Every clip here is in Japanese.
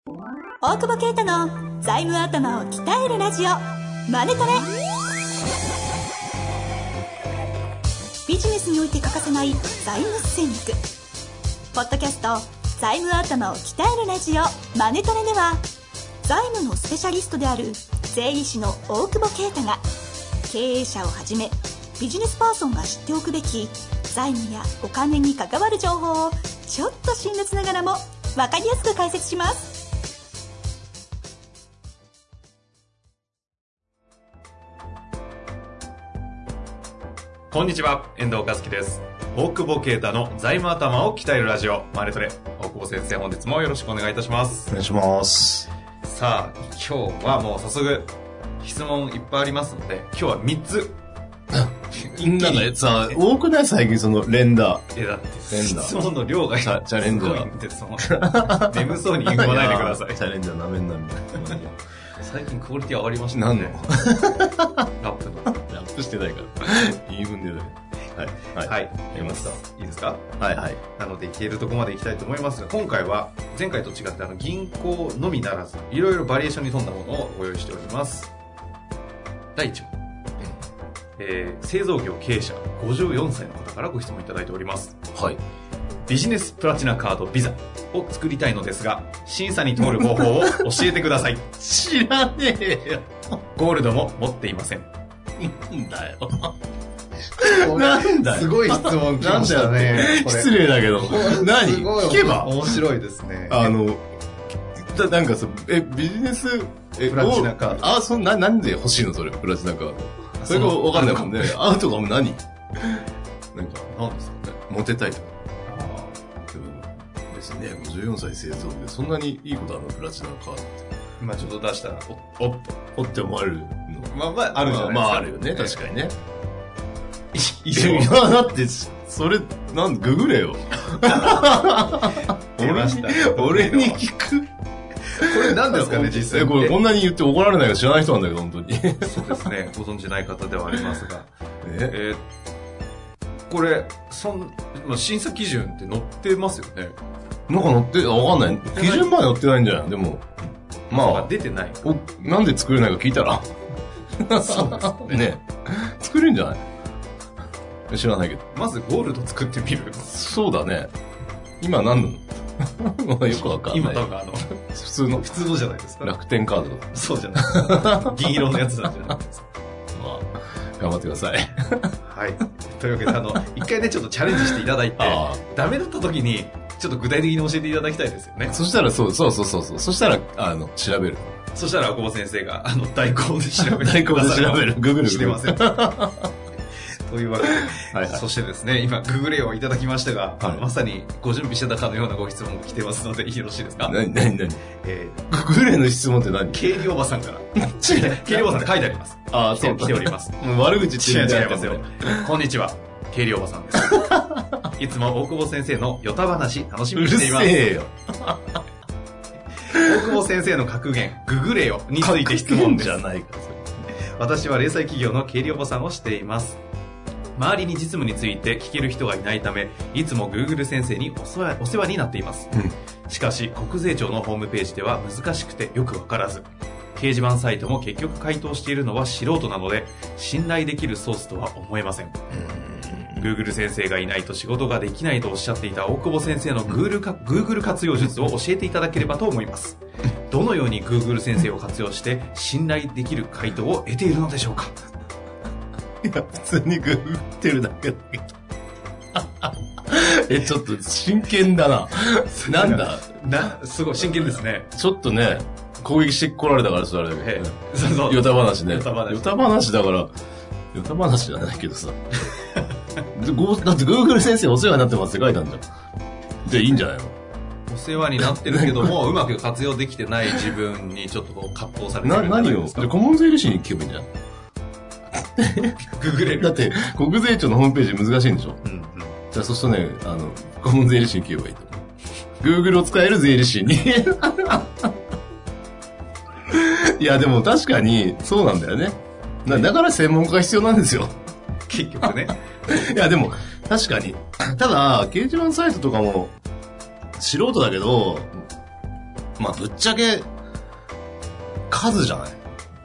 大久保啓太の財務頭を鍛えるラジオマネトレ。ビジネスにおいて欠かせない財務戦略。ポッドキャスト財務頭を鍛えるラジオマネトレでは、財務のスペシャリストである税理士の大久保啓太が、経営者をはじめビジネスパーソンが知っておくべき財務やお金に関わる情報をちょっと辛辣ながらも分かりやすく解説します。 こんにちは、遠藤和樹です。大久保啓太の財務頭を鍛えるラジオマネトレ。大久保先生、本日もよろしくお願いいたします。 お願いします。 さあ、今日はもう早速質問いっぱいありますので、今日は3つなんかさ、多くない最近その連打。 だって質問の量がチャレンジャー眠そうに言わないでください。 チャレンジャーなめんなみたいな。 最近クオリティ上がりましたね。 何のラップの。 ラップしてないから。言い分でだよ。はい。 やりました。いいですか？ はい。 なので、いけるところまでいきたいと思いますが、今回は前回と違って銀行のみならず、いろいろバリエーションに富んだものをご用意しております。第1問。製造業経営者54歳の方からご質問いただいております。 はい。 ビジネスプラチナカードビザを作りたいのですが、審査に通る方法を教えてください。 知らねえよ。 ゴールドも持っていません。 なんだよ。なんだよ。 すごい質問来ましたね。 失礼だけど。何聞けば面白いですね。 なんかさ、ビジネス、 プラチナカード。 なんで欲しいのそれ、プラチナカード。それがわかんないもんね。アウトがもう何なんか、 何ですかね。 モテたいとか。別にね、54歳製造でそんなにいいことあるのプラチナカードって。 今ちょっと出したら、 おって思われるの。 まあ、あるじゃないですか。 まあ、あるよね、確かにね。 いや、 だって、それ、ググれよ。俺に聞く。 これ何ですかね、実際。 これこんなに言って怒られないか知らない人なんだけど、本当に。 そうですね、ご存知ない方ではありますが。これ、審査基準って載ってますよね。 なんか載って、わかんない。基準まで載ってないんじゃない？でも、まあ。 出てない。 なんで作れないか聞いたら。 そうですね。 ね。作れるんじゃない？知らないけど。 まずゴールド作ってみる。 そうだね。今何なの？よくわかんない。 今多分普通のじゃないですか。 楽天カードとか。 そうじゃない。銀色のやつなんじゃないですか。 まあ、頑張ってください。 はい。というわけで、一回ね、ちょっとチャレンジしていただいて、ダメだった時に、ちょっと具体的に教えていただきたいですよね。 そしたら、そう。そしたら、調べる。 そしたら、小保先生が、代行で調べて代行で調べる。ググる。 してません。というわけで、そしてですね、今、ググレをいただきましたが、まさにご準備してたかのようなご質問が来てますので、よろしいですか？ 何ググレの質問って何？ 経理おばさんから。経理おばさんって書いてあります。そう。来ております。 悪口って違いますよ。こんにちは。経理おばさんです。いつも大久保先生のヨタ話楽しみにしています。 うるせえよ。 大久保先生の格言、ググレよについて質問です。 じゃないか。 私は零細企業の経理おばさんをしています。周りに実務について聞ける人がいないため、いつも Google 先生にお世話になっています。しかし、国税庁のホームページでは難しくてよくわからず、掲示板サイトも結局回答しているのは素人なので、信頼できるソースとは思えません。Google 先生がいないと仕事ができないとおっしゃっていた大久保先生の Google 活用術を教えていただければと思います。どのように Google 先生を活用して信頼できる回答を得ているのでしょうか？ いや、普通にググってるだけだけど。ちょっと真剣だな。なんだすごい真剣ですね。 ちょっとね、攻撃してこられたからそれだけど、ね。 そう。 ヨタ話ね。 ヨタ話だから、ヨタ話じゃないけどさ。だって Google 先生お世話になってますって書いたんじゃん。じゃあいいんじゃないの？ お世話になってるけども、うまく活用できてない自分にちょっとこう葛藤されてるんじゃないですか。 何を顧問税理士に聞けばいいんじゃん。 ググれる。 だって、国税庁のホームページ難しいんでしょ？じゃあ、そうするとね、顧問税理士に聞けばいいと思う。Google を使える税理士に。いや、でも確かに、そうなんだよね。だから専門家が必要なんですよ。 結局ね。 いや、でも、確かに。ただ、掲示板サイトとかも、素人だけど、 まあぶっちゃけ数じゃない、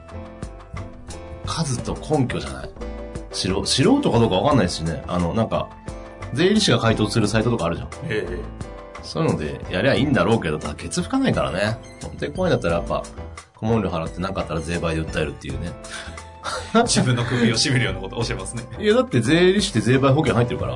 数と根拠じゃない、素人かどうかわかんないしね。なんか税理士が回答するサイトとかあるじゃん。そういうのでやりゃいいんだろうけど、ただケツ吹かないからね。本当に怖いんだったらやっぱ顧問料払って何かあったら税倍で訴えるっていうね。 自分の首を絞めるようなことを教えますね。 いやだって税理士って税倍保険入ってるから、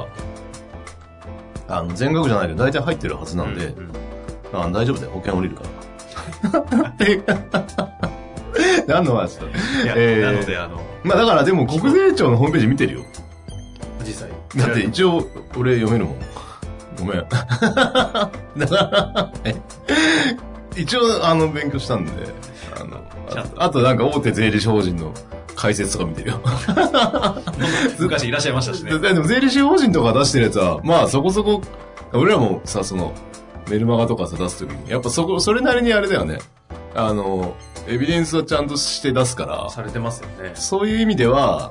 全額じゃないけど大体入ってるはずなんで、大丈夫だよ、保険降りるからって何の話だ。 なのでまあだからでも国税庁のホームページ見てるよ実際。 だって一応俺読めるもん。ごめん。だから一応勉強したんで、あとなんか大手税理士法人の解説とか見てるよ。 昔いらっしゃいましたしね。 でも税理士法人とか出してるやつは、まあそこそこ、俺らもさ、メルマガとかさ出すときに、やっぱそれなりにあれだよね。エビデンスはちゃんとして出すから。 されてますよね。 そういう意味では、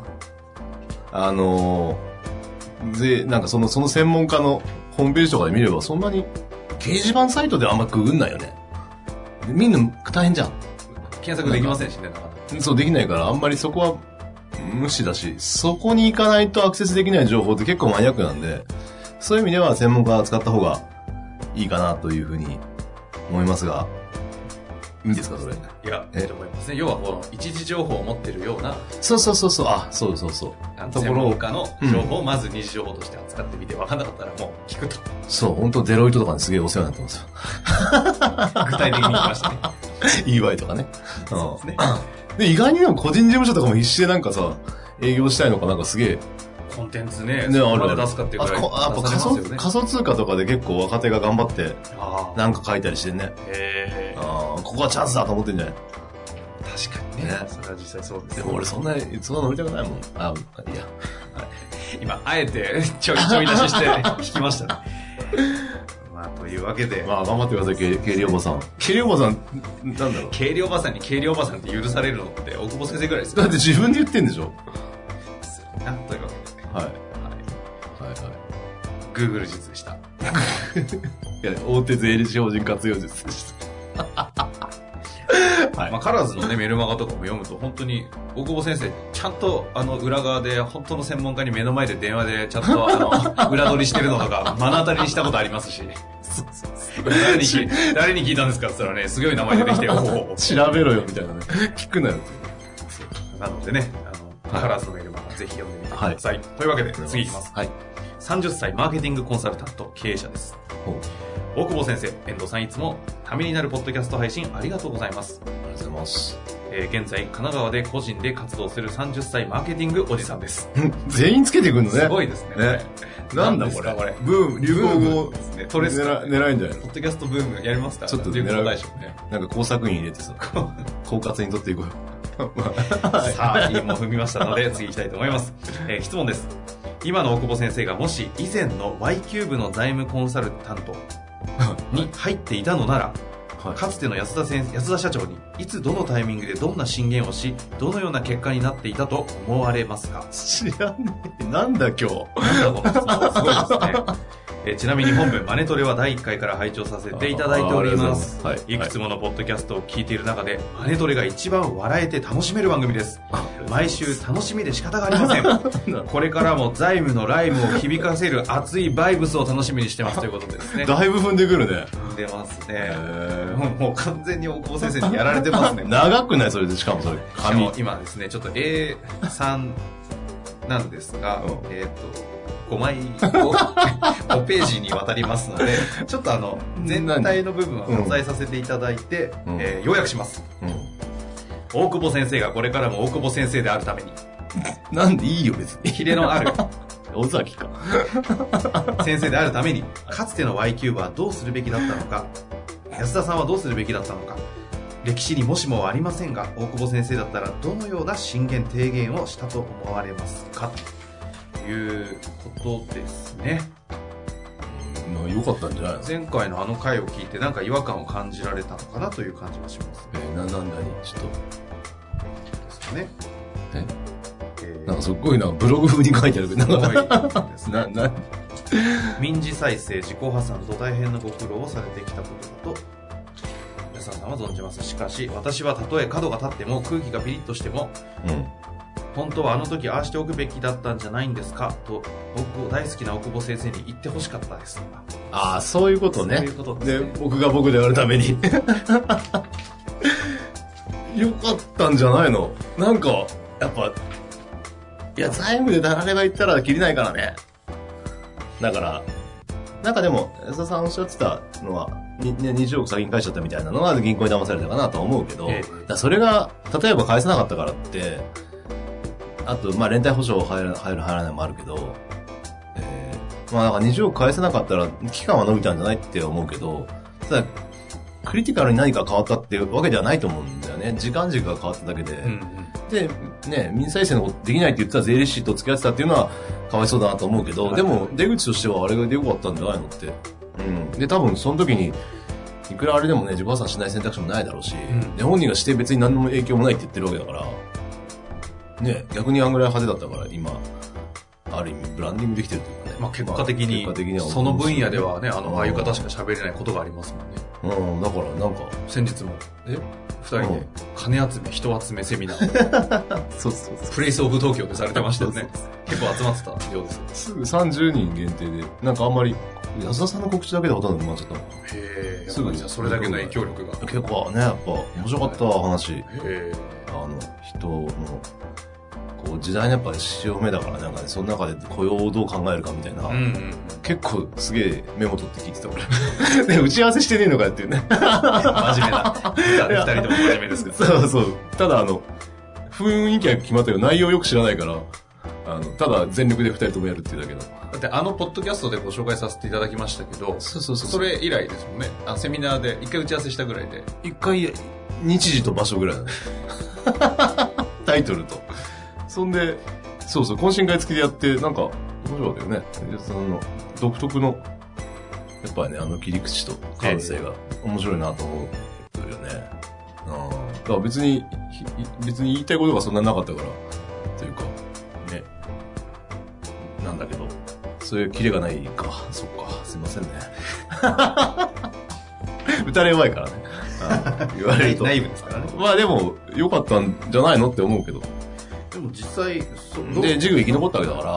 なんかその専門家のホームページとかで見れば、そんなに掲示板サイトであんまググんないよね。みんな大変じゃん。 検索できませんしね、 そうできないから、あんまりそこは無視だし、そこに行かないとアクセスできない情報って結構マニアックなんで、そういう意味では専門家を使った方がいいかなというふうに思いますが、いいんですかそれ。 いや、いいと思いますね。要は一時情報を持ってるような。 そう。そう。 専門家の情報をまず二次情報として扱ってみて、分かんなかったらもう聞くと。 そう、本当デロイトとかにすげえお世話になってますよ。 具体的に言いましたね。 EY とかね。 そうですね。 で、意外に個人事務所とかも必死でなんかさ、営業したいのかなんかすげえ。 コンテンツね、 あそこまで出すかっていうくらい出されますよね。 仮想通貨とかで結構若手が頑張って、なんか書いたりしてね。ここはチャンスだと思ってんじゃない？ 確かにね。それは実際そうです。 でも俺そんな乗りたくないもん。いや。 今、あえてちょい出しして聞きましたね。まあ、というわけで。 まあ、頑張ってください、経理おばさん。経理おばさん、なんだろう。 経理おばさんに経理おばさんって許されるのって、大久保先生ぐらいですよ。 だって自分で言ってんでしょ。 なんというわけで。はい。Google 術でした。いや、大手税理士法人活用術でした。 はい。まあ、カラーズのね、メルマガとかも読むと、本当に、大久保先生、ちゃんと、裏側で、本当の専門家に目の前で電話で、ちゃんと、裏取りしてるのとか、目の当たりにしたことありますし。誰に聞いたんですかって言ったらね、すごい名前出てきて、 調べろよ、みたいなね。聞くなよ。 なのでね、カラーズのメルマガ、ぜひ読んでみてください。というわけで、次いきます。はい。30歳マーケティングコンサルタント経営者です。大久保先生、遠藤さんいつもためになるポッドキャスト配信ありがとうございます。 ありがとうございます。 現在、神奈川で個人で活動する30歳マーケティングおじさんです。 全員つけてくんのね。 すごいですね。 なんだこれ。ブーム、流行語ですね。トレス狙いんじゃないの？ ポッドキャストブームやりますか？ ちょっと狙うでしょうね。 なんか工作員入れてさ、狡猾に取っていこうよ。 さあ、いいもん踏みましたので、次行きたいと思います。質問です。今の大久保先生がもし以前の Y キューブの財務コンサルタントに入っていたのなら、かつての安田社長にいつどのタイミングでどんな進言をし、どのような結果になっていたと思われますか？ 知らんねえ。なんだ今日。 なんだこの質問。すごいですね。ちなみに本文マネトレは第1回から拝聴させていただいております。いくつものポッドキャストを聞いている中で、マネトレが一番笑えて楽しめる番組です。毎週楽しみで仕方がありません。これからも財務のライムを響かせる熱いバイブスを楽しみにしてますということでですね。 だいぶ踏んでくるね。 踏んでますね。もう完全に大久保先生にやられてますね。 長くないそれで、しかもそれ。 今ですね、ちょっと A3 なんですが、5枚5ページにわたりますので、ちょっと全体の部分は割愛させていただいて、要約します。大久保先生がこれからも大久保先生であるために。 なんでいいよ別に。 キレのある。 尾崎か。 先生であるために、かつての Y キューブはどうするべきだったのか、安田さんはどうするべきだったのか、歴史にもしもありませんが、大久保先生だったらどのような進言提言をしたと思われますかということですね。 良かったんじゃないの？ 前回の回を聞いてなんか違和感を感じられたのかなという感じがしますね。 何ちょっとですよね。 なんかすっごいな、ブログ風に書いてあるけど、 ですね。民事再生、自己破産と大変なご苦労をされてきたことだと、安笹さんは存じます。しかし私はたとえ角が立っても空気がピリッとしても、本当はあの時ああしておくべきだったんじゃないんですかと僕を大好きな大久保先生に言ってほしかったです。 ああ、そういうことね。 そういうことですね。 で、僕が僕であるためによかったんじゃないの。なんかやっぱ、いや、財務で誰が言ったら切りないからね。だからなんかでも安田さんおっしゃってたのは、20億先に返しちゃったみたいなのは銀行に騙されたかなとは思うけど、だそれが例えば返せなかったからって、あとまあ連帯保証入る入らないもあるけど、まあなんか20億返せなかったら期間は伸びたんじゃないって思うけど、ただクリティカルに何か変わったっていうわけではないと思うんだよね。時間軸が変わっただけで、でね、民再生のことできないって言ってた税理士と付き合ってたっていうのはかわいそうだなと思うけど、でも出口としてはあれがでよかったんじゃないのって、で多分その時にいくらあれでもね、自己破産しない選択肢もないだろうし、で本人がして別に何の影響もないって言ってるわけだからね、逆にあんぐらい派手だったから今ある意味ブランディングできてるというかね、 まあ、結果的にその分野ではね、ああいう方しか喋れないことがありますもんね。 だからなんか先日も2人で金集め人集めセミナーそうプレイスオブ東京でされてましたよね。結構集まってたようです。 すぐ30人限定で、なんかあんまり安田さんの告知だけでほとんど埋まっちゃったの。 へえ。すぐじゃあそれだけの影響力が結構ね、やっぱ面白かった話。 へえ。 人のこう時代のやっぱり潮目だから、なんかね、その中で雇用をどう考えるかみたいな、結構すげえメモ取って聞いてた俺。で打ち合わせしてねえのかっていうね。 真面目だ。二人とも真面目ですけど。そう。ただ雰囲気が決まったけど内容よく知らないから、ただ全力で二人ともやるっていうだけの。 だってポッドキャストでご紹介させていただきましたけど、それ以来ですもんね。セミナーで一回打ち合わせしたぐらいで。 一回日時と場所ぐらいだね。タイトルと。そんで、そう懇親会付きでやって、なんか面白かったよね。その独特のやっぱりね、切り口と感性が面白いなと思うよね。だから別に言いたいことがそんななかったからというかね、なんだけど、そういうキレがないか。そっか、すいませんね。打たれ弱いからね。言われると。 ナイブですからね。 まあでも良かったんじゃないのって思うけど。 でも実際で授業生き残ったわけだから。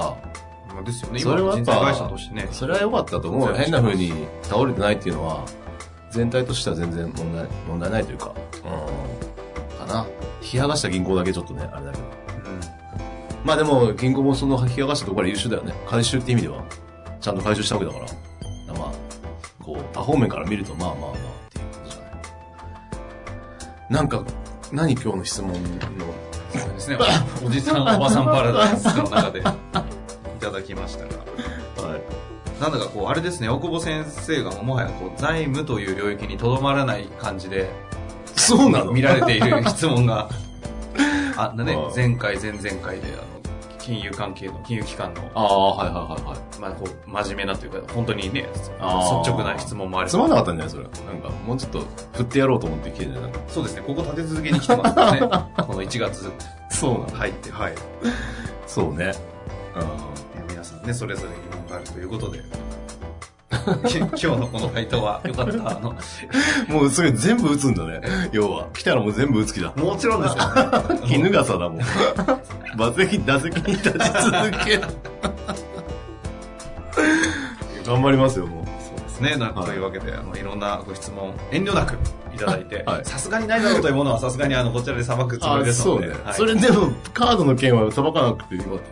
ですよね。 それはやっぱ会社としてね。 それは良かったと思う。変な風に倒れてないっていうのは全体としては全然問題ないというか、かな。引き剥がした銀行だけちょっとねあれだけど。まあでも銀行もその引き剥がしたところは優秀だよね。回収って意味ではちゃんと回収したわけだから。まあこう多方面から見るとまあっていうことじゃない。なんか何今日の質問の。 そうですね。おじさんおばさんパラダイスの中でいただきましたが、はい。なんだかこうあれですね、大久保先生がもはやこう財務という領域にとどまらない感じで、 そうなの見られている質問が前回前々回で金融関係の金融機関のまあこう真面目なというか本当にね率直な質問もある。 つまんなかったんじゃないそれ。なんかもうちょっと振ってやろうと思って来てるじゃない。 そうですね。ここ立て続けに来てますからね。この1月そうなの入ってそうね。 皆さんねそれぞれ疑問があるということで。今日のこの回答はよかったもうそれ全部打つんだね。要は来たらもう全部打つ気だ。 もちろんですよね。 絹笠だもん。打席に立ち続け頑張りますよもう。 そうですね。というわけでいろんなご質問遠慮なくいただいて、さすがにないだろうというものはさすがにこちらで裁くつもりですので。 そうね。それでもカードの件は裁かなくてよかった。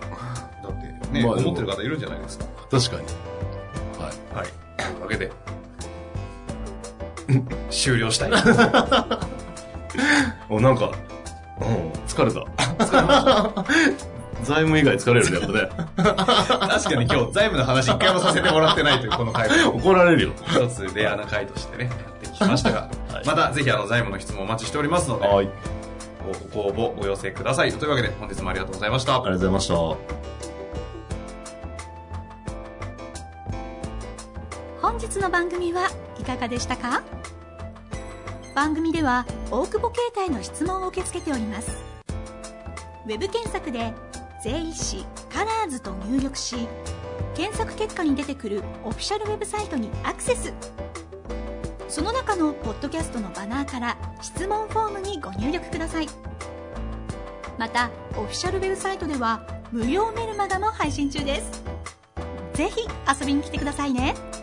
だってね、思ってる方いるんじゃないですか。 確かに。 はい。というわけで、終了したい。 なんか、疲れた。 疲れました。 財務以外疲れるね、やっぱね。 確かに今日、財務の話一回もさせてもらってないというこの回で。 怒られるよ。 一つレアな回としてね、やってきましたが、またぜひ財務の質問お待ちしておりますので、ご応募、ご寄せください。というわけで、本日もありがとうございました。 ありがとうございました。 本日の番組はいかがでしたか？番組では大久保携帯の質問を受け付けております。ウェブ検索で税理士カラーズと入力し、検索結果に出てくるオフィシャルウェブサイトにアクセス。 その中のポッドキャストのバナーから質問フォームにご入力ください。またオフィシャルウェブサイトでは無料メルマガも配信中です。ぜひ遊びに来てくださいね。